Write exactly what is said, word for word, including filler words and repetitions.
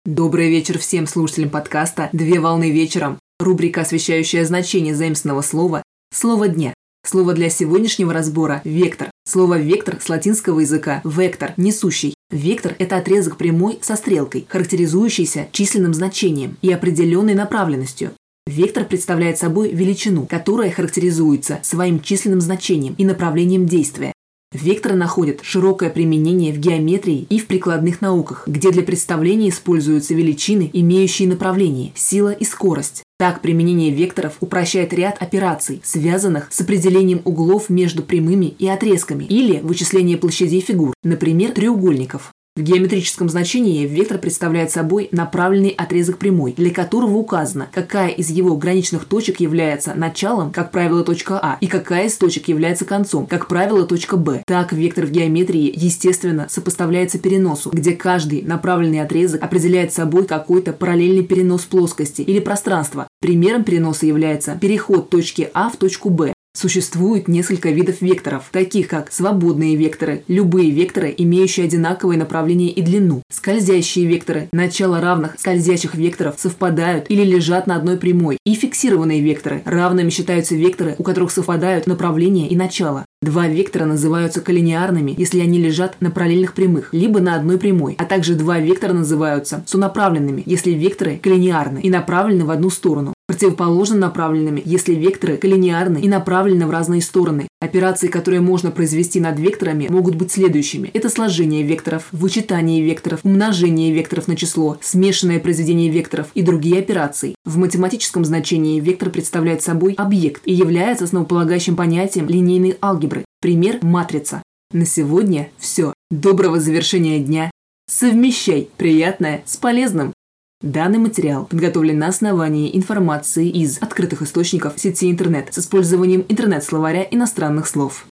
Добрый вечер всем слушателям подкаста «Две волны вечером». Рубрика, освещающая значение заимственного слова «Слово дня». Слово для сегодняшнего разбора – «вектор». Слово «вектор» с латинского языка «вектор» – «несущий». Вектор – это отрезок прямой со стрелкой, характеризующийся численным значением и определенной направленностью. Вектор представляет собой величину, которая характеризуется своим численным значением и направлением действия. Векторы находят широкое применение в геометрии и в прикладных науках, где для представления используются величины, имеющие направление, сила и скорость. Так, применение векторов упрощает ряд операций, связанных с определением углов между прямыми и отрезками или вычисление площадей фигур, например, треугольников. В геометрическом значении вектор представляет собой направленный отрезок прямой, для которого указано, какая из его граничных точек является началом, как правило, точка А, и какая из точек является концом, как правило, точка Б. Так, вектор в геометрии, естественно, сопоставляется переносу, где каждый направленный отрезок определяет собой какой-то параллельный перенос плоскости или пространства. Примером переноса является переход точки А в точку Б. Существует несколько видов векторов, таких как свободные векторы, любые векторы, имеющие одинаковое направление и длину, скользящие векторы, начала равных скользящих векторов совпадают или лежат на одной прямой, и фиксированные векторы. Равными считаются векторы, у которых совпадают направление и начало. Два вектора называются коллинеарными, если они лежат на параллельных прямых, либо на одной прямой, а также два вектора называются сонаправленными, если векторы коллинеарны и направлены в одну сторону. Противоположно направленными, если векторы коллинеарны и направлены в разные стороны. Операции, которые можно произвести над векторами, могут быть следующими. Это сложение векторов, вычитание векторов, умножение векторов на число, смешанное произведение векторов и другие операции. В математическом значении вектор представляет собой объект и является основополагающим понятием линейной алгебры. Пример – матрица. На сегодня все. Доброго завершения дня. Совмещай приятное с полезным. Данный материал подготовлен на основании информации из открытых источников сети интернет с использованием интернет-словаря иностранных слов.